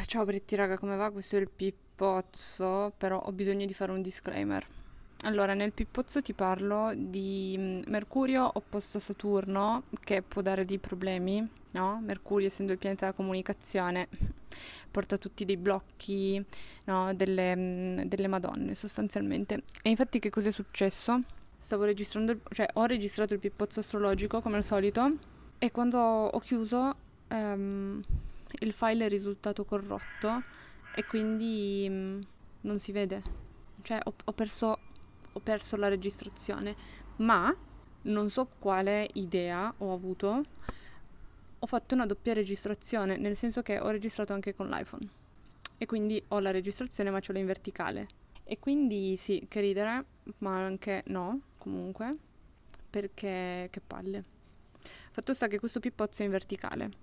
Ciao Britti, raga, come va? Questo è il Pippozzo, però ho bisogno di fare un disclaimer. Allora, nel Pippozzo ti parlo di Mercurio opposto a Saturno, che può dare dei problemi, no? Mercurio, essendo il pianeta della comunicazione, porta tutti dei blocchi, no? Delle Madonne, sostanzialmente. E infatti che cosa è successo? Stavo registrando, cioè ho registrato il Pippozzo astrologico, come al solito, e quando ho chiuso ehm, il file è risultato corrotto e quindi non si vede. Cioè ho perso la registrazione, ma non so quale idea ho avuto. Ho fatto una doppia registrazione, nel senso che ho registrato anche con l'iPhone. E quindi ho la registrazione ma ce l'ho in verticale. E quindi sì, che ridere, ma anche no, comunque, perché che palle. Fatto sta che questo pippozzo è in verticale.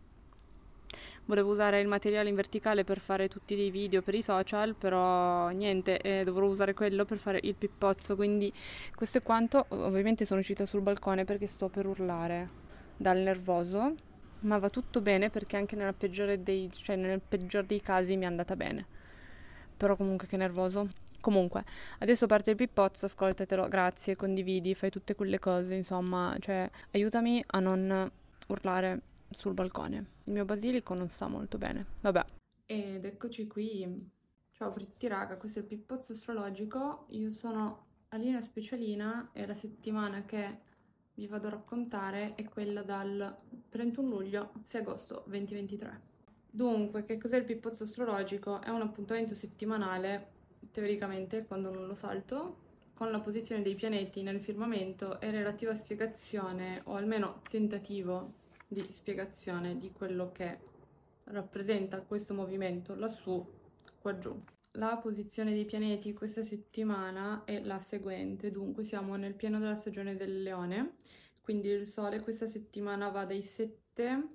Volevo usare il materiale in verticale per fare tutti dei video per i social, però niente, dovrò usare quello per fare il pippozzo, quindi questo è quanto. Ovviamente sono uscita sul balcone perché sto per urlare dal nervoso, ma va tutto bene perché anche cioè nel peggior dei casi mi è andata bene. Però comunque che nervoso. Comunque, adesso parte il pippozzo, ascoltatelo, grazie, condividi, fai tutte quelle cose, insomma, cioè aiutami a non urlare sul balcone. Il mio basilico non sta molto bene. Vabbè. Ed eccoci qui. Ciao Fritti raga, questo è il pippozzo astrologico. Io sono Alina Specialina e la settimana che vi vado a raccontare è quella dal 31 luglio 6 agosto 2023. Dunque, che cos'è il pippozzo astrologico? È un appuntamento settimanale, teoricamente, quando non lo salto, con la posizione dei pianeti nel firmamento e relativa spiegazione, o almeno tentativo di spiegazione di quello che rappresenta questo movimento lassù, qua giù. La posizione dei pianeti questa settimana è la seguente, dunque siamo nel pieno della stagione del Leone, quindi il Sole questa settimana va dai 7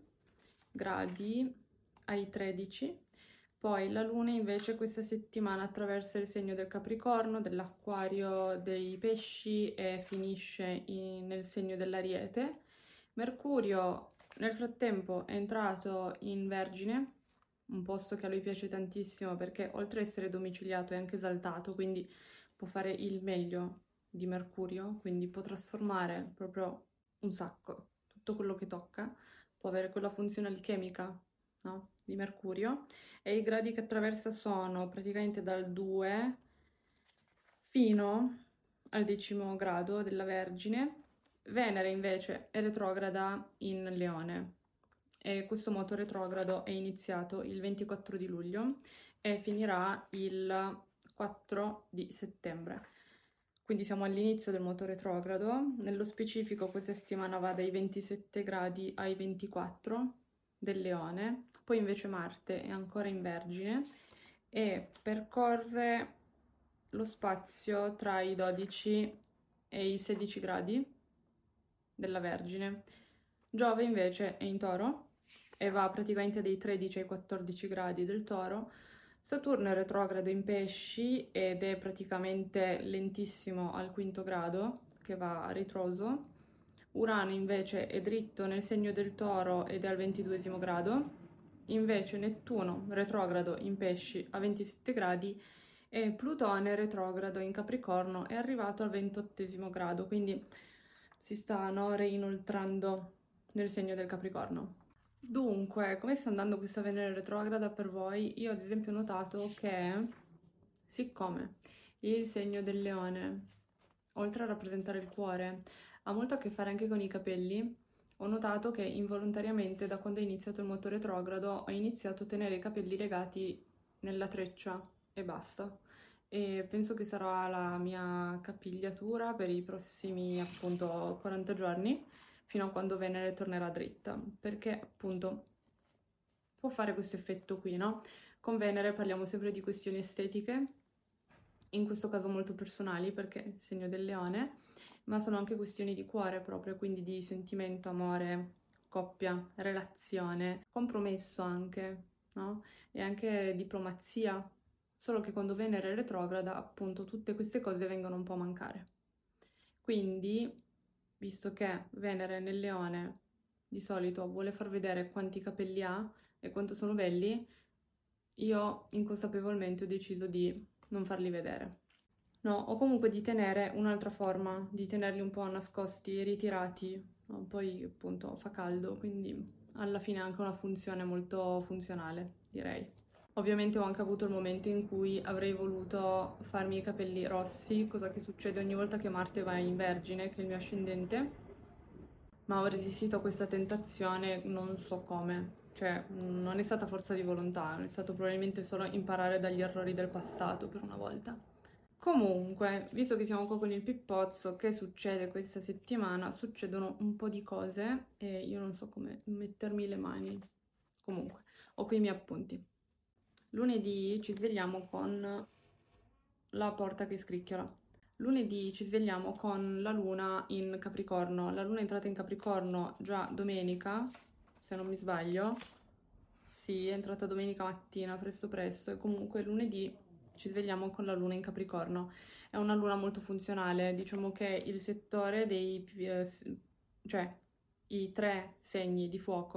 gradi ai 13, poi la Luna invece questa settimana attraversa il segno del Capricorno, dell'Acquario, dei Pesci e finisce nel segno dell'Ariete. Mercurio nel frattempo è entrato in Vergine, un posto che a lui piace tantissimo perché oltre ad essere domiciliato è anche esaltato, quindi può fare il meglio di Mercurio, quindi può trasformare proprio un sacco tutto quello che tocca, può avere quella funzione alchemica, no? Di Mercurio, e i gradi che attraversa sono praticamente dal 2 fino al 10° grado della Vergine. Venere invece è retrograda in Leone e questo moto retrogrado è iniziato il 24 di luglio e finirà il 4 di settembre. Quindi siamo all'inizio del moto retrogrado. Nello specifico questa settimana va dai 27 gradi ai 24 del Leone, poi invece Marte è ancora in Vergine e percorre lo spazio tra i 12 e i 16 gradi della Vergine. Giove invece è in Toro e va praticamente dai 13 ai 14 gradi del Toro. Saturno è retrogrado in Pesci ed è praticamente lentissimo al 5° grado, che va a ritroso. Urano invece è dritto nel segno del Toro ed è al 22° grado. Invece Nettuno retrogrado in Pesci a 27 gradi e Plutone retrogrado in Capricorno è arrivato al 28° grado, quindi si stanno reinoltrando nel segno del Capricorno. Dunque, come sta andando questa Venere retrograda per voi? Io ad esempio ho notato che, siccome il segno del Leone, oltre a rappresentare il cuore, ha molto a che fare anche con i capelli, ho notato che involontariamente da quando è iniziato il moto retrogrado ho iniziato a tenere i capelli legati nella treccia e basta. E penso che sarà la mia capigliatura per i prossimi appunto 40 giorni, fino a quando Venere tornerà dritta, perché appunto può fare questo effetto qui, no? Con Venere parliamo sempre di questioni estetiche, in questo caso molto personali perché è il segno del leone, ma sono anche questioni di cuore proprio, quindi di sentimento, amore, coppia, relazione, compromesso anche, no? E anche diplomazia, solo che quando Venere è retrograda, appunto, tutte queste cose vengono un po' a mancare. Quindi, visto che Venere nel Leone di solito vuole far vedere quanti capelli ha e quanto sono belli, io inconsapevolmente ho deciso di non farli vedere. No, o comunque di tenere un'altra forma, di tenerli un po' nascosti, ritirati, no? Poi appunto fa caldo, quindi alla fine ha anche una funzione molto funzionale, direi. Ovviamente ho anche avuto il momento in cui avrei voluto farmi i capelli rossi, cosa che succede ogni volta che Marte va in Vergine, che è il mio ascendente, ma ho resistito a questa tentazione, non so come. Cioè, non è stata forza di volontà, è stato probabilmente solo imparare dagli errori del passato per una volta. Comunque, visto che siamo qua con il pippozzo, che succede questa settimana? Succedono un po' di cose e io non so come mettermi le mani. Comunque, ho qui i miei appunti. Lunedì ci svegliamo con la porta che scricchiola. Lunedì ci svegliamo con la luna in Capricorno. La luna è entrata in Capricorno già domenica, se non mi sbaglio. Sì, è entrata domenica mattina, presto presto, e comunque lunedì ci svegliamo con la luna in Capricorno. È una luna molto funzionale, diciamo che il settore cioè i tre segni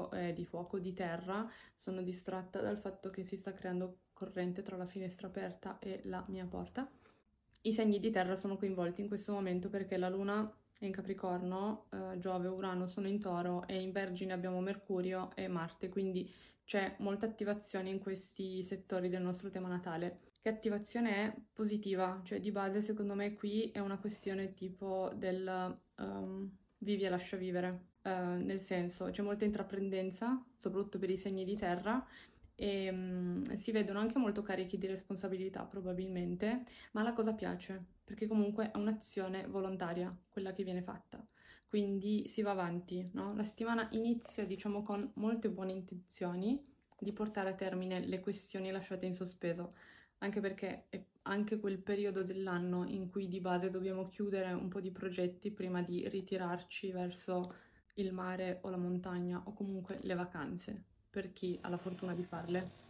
di terra, sono distratta dal fatto che si sta creando corrente tra la finestra aperta e la mia porta. I segni di terra sono coinvolti in questo momento perché la luna è in Capricorno, Giove e Urano sono in Toro e in Vergine abbiamo Mercurio e Marte, quindi c'è molta attivazione in questi settori del nostro tema natale. Che attivazione è positiva, cioè di base secondo me qui è una questione tipo del vivi e lascia vivere, nel senso c'è molta intraprendenza, soprattutto per i segni di terra, e si vedono anche molto carichi di responsabilità probabilmente, ma la cosa piace, perché comunque è un'azione volontaria quella che viene fatta, quindi si va avanti, no? La settimana inizia, diciamo, con molte buone intenzioni di portare a termine le questioni lasciate in sospeso, anche perché è anche quel periodo dell'anno in cui di base dobbiamo chiudere un po' di progetti prima di ritirarci verso il mare o la montagna o comunque le vacanze, per chi ha la fortuna di farle.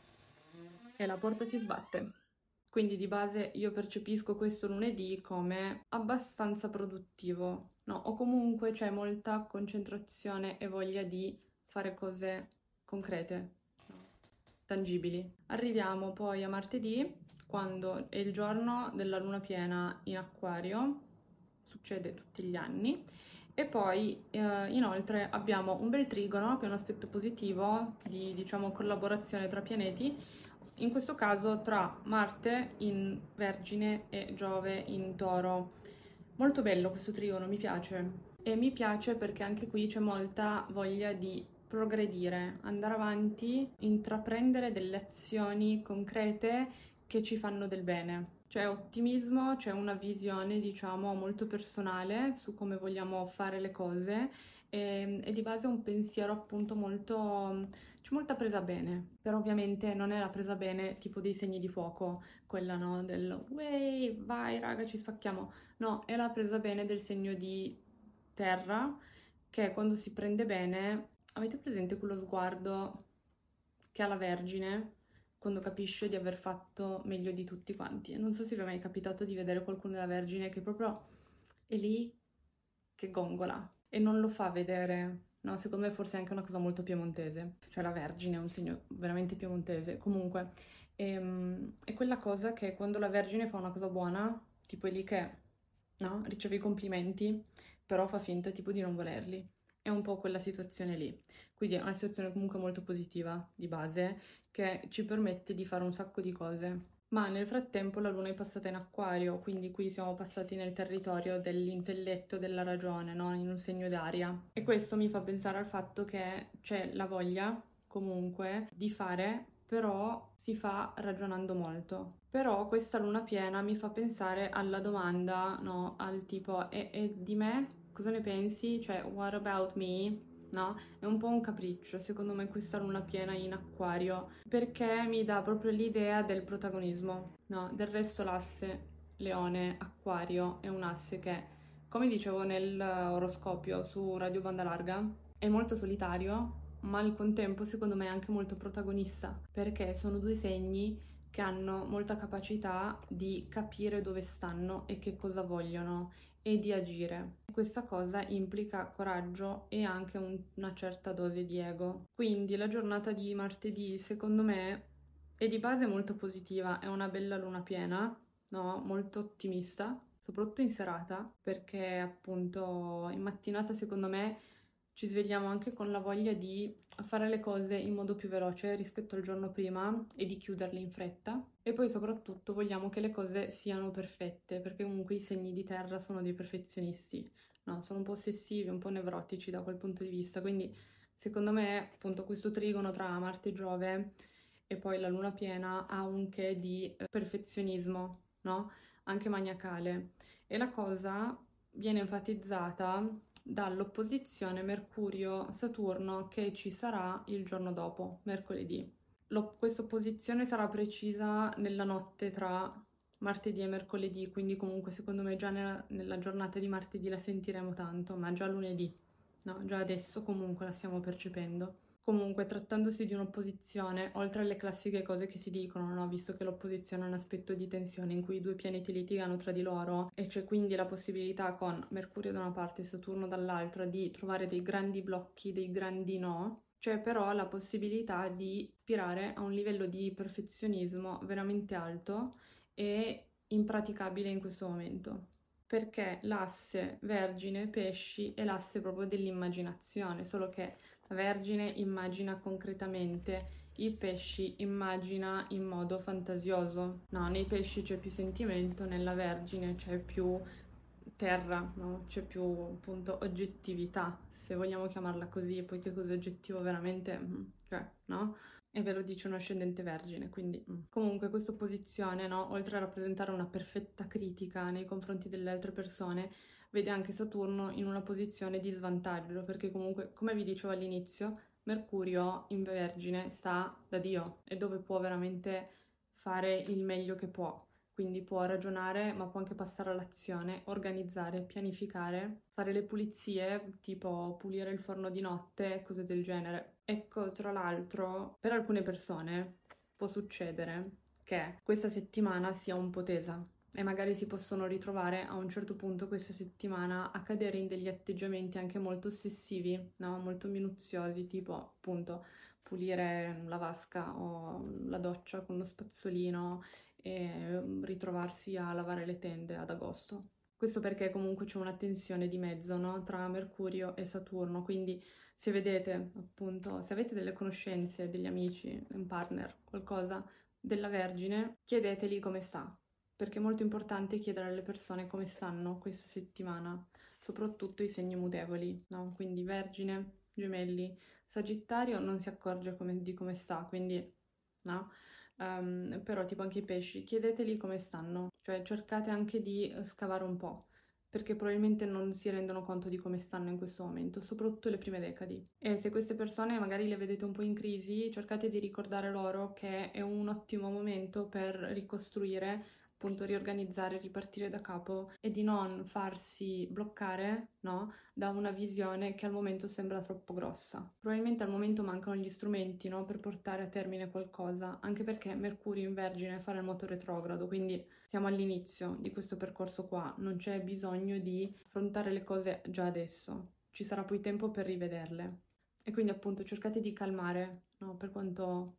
E la porta si sbatte. Quindi di base io percepisco questo lunedì come abbastanza produttivo, no? O comunque c'è molta concentrazione e voglia di fare cose concrete, no? Tangibili. Arriviamo poi a martedì, quando è il giorno della luna piena in Acquario, succede tutti gli anni, e poi inoltre abbiamo un bel trigono, che è un aspetto positivo di, diciamo, collaborazione tra pianeti, in questo caso tra Marte in Vergine e Giove in Toro. Molto bello questo trigono, mi piace. E mi piace perché anche qui c'è molta voglia di progredire, andare avanti, intraprendere delle azioni concrete che ci fanno del bene. C'è ottimismo, c'è una visione, diciamo, molto personale su come vogliamo fare le cose e di base un pensiero appunto molto, c'è molta presa bene, però ovviamente non è la presa bene tipo dei segni di fuoco, quella no, del way, vai raga ci spacchiamo, no, è la presa bene del segno di terra che quando si prende bene, avete presente quello sguardo che ha la Vergine quando capisce di aver fatto meglio di tutti quanti? E non so se vi è mai capitato di vedere qualcuno della Vergine che proprio è lì che gongola e non lo fa vedere. No, secondo me forse è anche una cosa molto piemontese, cioè la Vergine è un segno veramente piemontese. Comunque, è quella cosa che quando la Vergine fa una cosa buona, tipo è lì che, no, riceve i complimenti, però fa finta tipo di non volerli. È un po' quella situazione lì. Quindi è una situazione comunque molto positiva di base che ci permette di fare un sacco di cose. Ma nel frattempo la luna è passata in acquario, quindi qui siamo passati nel territorio dell'intelletto, della ragione, no? In un segno d'aria. E questo mi fa pensare al fatto che c'è la voglia, comunque, di fare, però si fa ragionando molto. Però questa luna piena mi fa pensare alla domanda, no? Al tipo, e di me? Cosa ne pensi? Cioè, what about me? No? È un po' un capriccio, secondo me, questa luna piena in acquario, perché mi dà proprio l'idea del protagonismo, no? Del resto l'asse Leone Acquario è un asse che, come dicevo nell'oroscopio su Radio Banda Larga, è molto solitario, ma al contempo secondo me è anche molto protagonista, perché sono due segni che hanno molta capacità di capire dove stanno e che cosa vogliono e di agire. Questa cosa implica coraggio e anche una certa dose di ego. Quindi la giornata di martedì, secondo me, è di base molto positiva, è una bella luna piena, no? Molto ottimista, soprattutto in serata, perché appunto in mattinata secondo me ci svegliamo anche con la voglia di fare le cose in modo più veloce rispetto al giorno prima e di chiuderle in fretta. E poi soprattutto vogliamo che le cose siano perfette, perché comunque i segni di terra sono dei perfezionisti, no? Sono un po' ossessivi, un po' nevrotici da quel punto di vista, quindi secondo me appunto questo trigono tra Marte e Giove e poi la luna piena ha un che di perfezionismo, no? Anche maniacale. E la cosa viene enfatizzata dall'opposizione Mercurio-Saturno che ci sarà il giorno dopo, mercoledì. Questa opposizione sarà precisa nella notte tra martedì e mercoledì, quindi comunque secondo me già nella giornata di martedì la sentiremo tanto, ma già lunedì, no? Già adesso comunque la stiamo percependo. Comunque, trattandosi di un'opposizione, oltre alle classiche cose che si dicono, no? Visto che l'opposizione è un aspetto di tensione in cui i due pianeti litigano tra di loro e c'è quindi la possibilità con Mercurio da una parte e Saturno dall'altra di trovare dei grandi blocchi, dei grandi no, c'è però la possibilità di aspirare a un livello di perfezionismo veramente alto e impraticabile in questo momento. Perché l'asse Vergine-Pesci è l'asse proprio dell'immaginazione, solo che la Vergine immagina concretamente, il Pesci immagina in modo fantasioso. No, nei Pesci c'è più sentimento, nella Vergine c'è più terra, no? C'è più appunto oggettività, se vogliamo chiamarla così, poiché cos'è oggettivo veramente, cioè, no? E ve lo dice un ascendente Vergine, quindi comunque questa opposizione, no? Oltre a rappresentare una perfetta critica nei confronti delle altre persone, vede anche Saturno in una posizione di svantaggio, perché comunque, come vi dicevo all'inizio, Mercurio in Vergine sta da Dio e dove può veramente fare il meglio che può. Quindi può ragionare, ma può anche passare all'azione, organizzare, pianificare, fare le pulizie, tipo pulire il forno di notte, cose del genere. Ecco, tra l'altro, per alcune persone può succedere che questa settimana sia un po' tesa e magari si possono ritrovare a un certo punto questa settimana a cadere in degli atteggiamenti anche molto ossessivi, no? Molto minuziosi, tipo appunto pulire la vasca o la doccia con lo spazzolino e ritrovarsi a lavare le tende ad agosto. Questo perché comunque c'è una tensione di mezzo, no? Tra Mercurio e Saturno, quindi se vedete appunto, se avete delle conoscenze, degli amici, un partner, qualcosa della Vergine, chiedeteli come sta, perché è molto importante chiedere alle persone come stanno questa settimana, soprattutto i segni mutevoli, no? Quindi Vergine, Gemelli, Sagittario non si accorge di come sta, quindi no? Però tipo anche i pesci, chiedeteli come stanno, cioè cercate anche di scavare un po', perché probabilmente non si rendono conto di come stanno in questo momento, soprattutto le prime decadi. E se queste persone magari le vedete un po' in crisi, cercate di ricordare loro che è un ottimo momento per ricostruire, appunto riorganizzare, ripartire da capo e di non farsi bloccare, no? Da una visione che al momento sembra troppo grossa. Probabilmente al momento mancano gli strumenti, no, per portare a termine qualcosa, anche perché Mercurio in Vergine farà il moto retrogrado, quindi siamo all'inizio di questo percorso qua, non c'è bisogno di affrontare le cose già adesso, ci sarà poi tempo per rivederle. E quindi appunto cercate di calmare, no, per quanto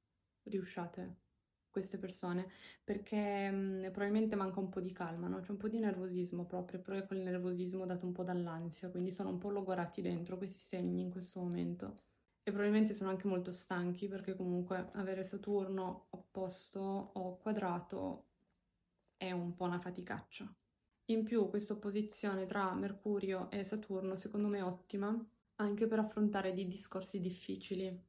riusciate queste persone, perché probabilmente manca un po' di calma, no? C'è un po' di nervosismo proprio, però è quel nervosismo dato un po' dall'ansia, quindi sono un po' logorati dentro questi segni in questo momento. E probabilmente sono anche molto stanchi perché comunque avere Saturno opposto o quadrato è un po' una faticaccia. In più questa opposizione tra Mercurio e Saturno secondo me è ottima anche per affrontare dei discorsi difficili.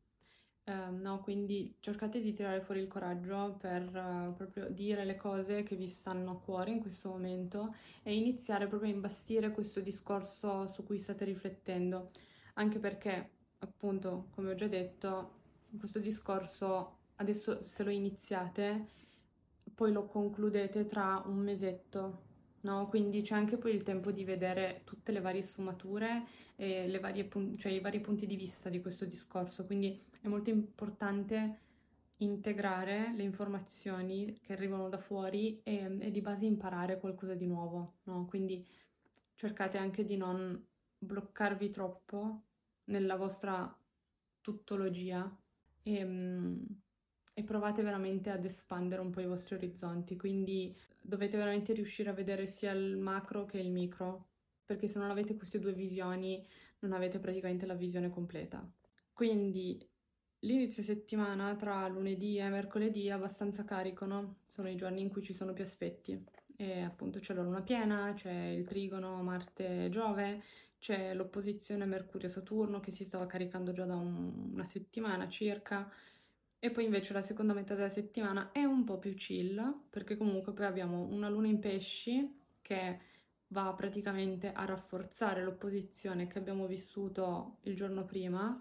No, quindi cercate di tirare fuori il coraggio per proprio dire le cose che vi stanno a cuore in questo momento e iniziare proprio a imbastire questo discorso su cui state riflettendo, anche perché, appunto, come ho già detto, questo discorso adesso se lo iniziate, poi lo concludete tra un mesetto. No, quindi c'è anche poi il tempo di vedere tutte le varie sfumature e cioè i vari punti di vista di questo discorso. Quindi è molto importante integrare le informazioni che arrivano da fuori e di base imparare qualcosa di nuovo, no? Quindi cercate anche di non bloccarvi troppo nella vostra tuttologia e, e provate veramente ad espandere un po' i vostri orizzonti, quindi dovete veramente riuscire a vedere sia il macro che il micro, perché se non avete queste due visioni non avete praticamente la visione completa. Quindi l'inizio settimana tra lunedì e mercoledì è abbastanza carico, no? Sono i giorni in cui ci sono più aspetti. E appunto c'è la luna piena, c'è il trigono Marte-Giove, c'è l'opposizione Mercurio-Saturno che si stava caricando già da una settimana circa. E poi invece la seconda metà della settimana è un po' più chill, perché comunque poi abbiamo una luna in pesci che va praticamente a rafforzare l'opposizione che abbiamo vissuto il giorno prima,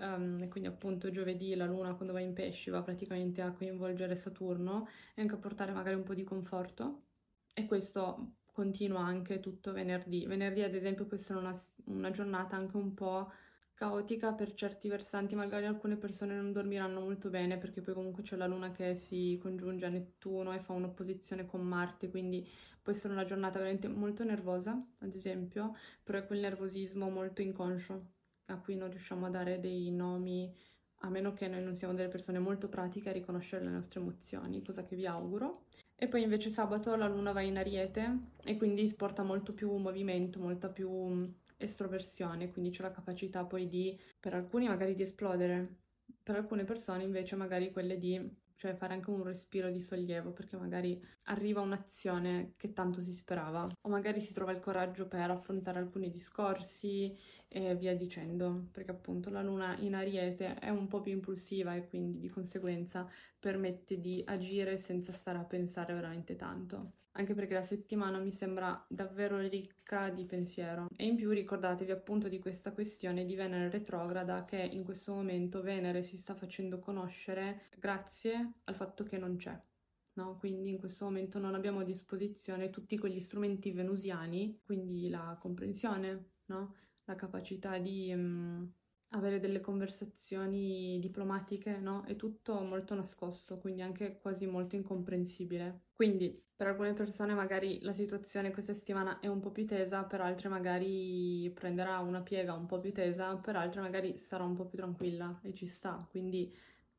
e quindi appunto giovedì la luna quando va in pesci va praticamente a coinvolgere Saturno e anche a portare magari un po' di conforto. E questo continua anche tutto venerdì. Venerdì, ad esempio, può essere una giornata anche un po' caotica per certi versanti, magari alcune persone non dormiranno molto bene perché poi comunque c'è la luna che si congiunge a Nettuno e fa un'opposizione con Marte, quindi può essere una giornata veramente molto nervosa, ad esempio, però è quel nervosismo molto inconscio a cui non riusciamo a dare dei nomi, a meno che noi non siamo delle persone molto pratiche a riconoscere le nostre emozioni, cosa che vi auguro. E poi invece sabato la luna va in Ariete e quindi porta molto più movimento, molta più estroversione, quindi c'è la capacità poi di, per alcuni magari di esplodere, per alcune persone invece magari quelle di, cioè fare anche un respiro di sollievo, perché magari arriva un'azione che tanto si sperava, o magari si trova il coraggio per affrontare alcuni discorsi e via dicendo, perché appunto la luna in Ariete è un po' più impulsiva e quindi di conseguenza permette di agire senza stare a pensare veramente tanto. Anche perché la settimana mi sembra davvero ricca di pensiero. E in più ricordatevi appunto di questa questione di Venere retrograda che in questo momento Venere si sta facendo conoscere grazie al fatto che non c'è. No? Quindi in questo momento non abbiamo a disposizione tutti quegli strumenti venusiani, quindi la comprensione, no? La capacità di avere delle conversazioni diplomatiche, no? È tutto molto nascosto, quindi anche quasi molto incomprensibile. Quindi per alcune persone magari la situazione questa settimana è un po' più tesa, per altre magari prenderà una piega un po' più tesa, per altre magari sarà un po' più tranquilla e ci sta. Quindi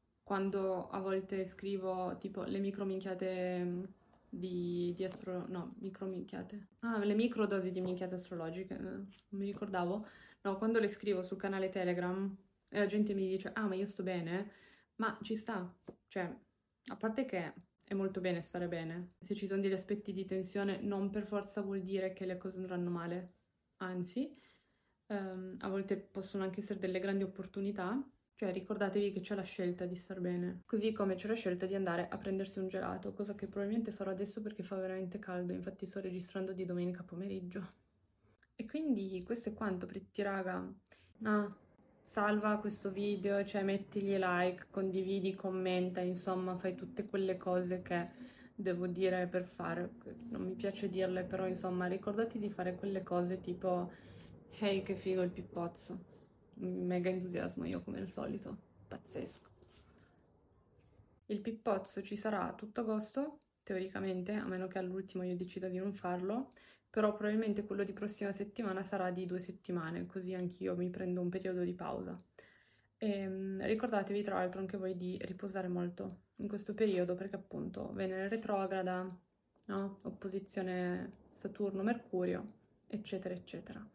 quando a volte scrivo tipo le microminchiate no, microminchiate. Ah, le microdosi di minchiate astrologiche, non mi ricordavo. No, quando le scrivo sul canale Telegram e la gente mi dice, ah, ma io sto bene, ma ci sta. Cioè, a parte che è molto bene stare bene. Se ci sono degli aspetti di tensione, non per forza vuol dire che le cose andranno male. Anzi, a volte possono anche essere delle grandi opportunità. Cioè, ricordatevi che c'è la scelta di star bene, così come c'è la scelta di andare a prendersi un gelato, cosa che probabilmente farò adesso perché fa veramente caldo, infatti sto registrando di domenica pomeriggio. E quindi questo è quanto, Pritti raga. Ah, salva questo video, cioè mettigli like, condividi, commenta, insomma, fai tutte quelle cose che devo dire per fare. Non mi piace dirle, però insomma, ricordati di fare quelle cose tipo, hey, che figo il pippozzo. Mega entusiasmo io come al solito, pazzesco. Il pippozzo ci sarà tutto agosto, teoricamente, a meno che all'ultimo io decida di non farlo, però probabilmente quello di prossima settimana sarà di 2 settimane, così anch'io mi prendo un periodo di pausa. Ricordatevi tra l'altro anche voi di riposare molto in questo periodo perché appunto Venere retrograda, no? Opposizione Saturno-Mercurio, eccetera, eccetera.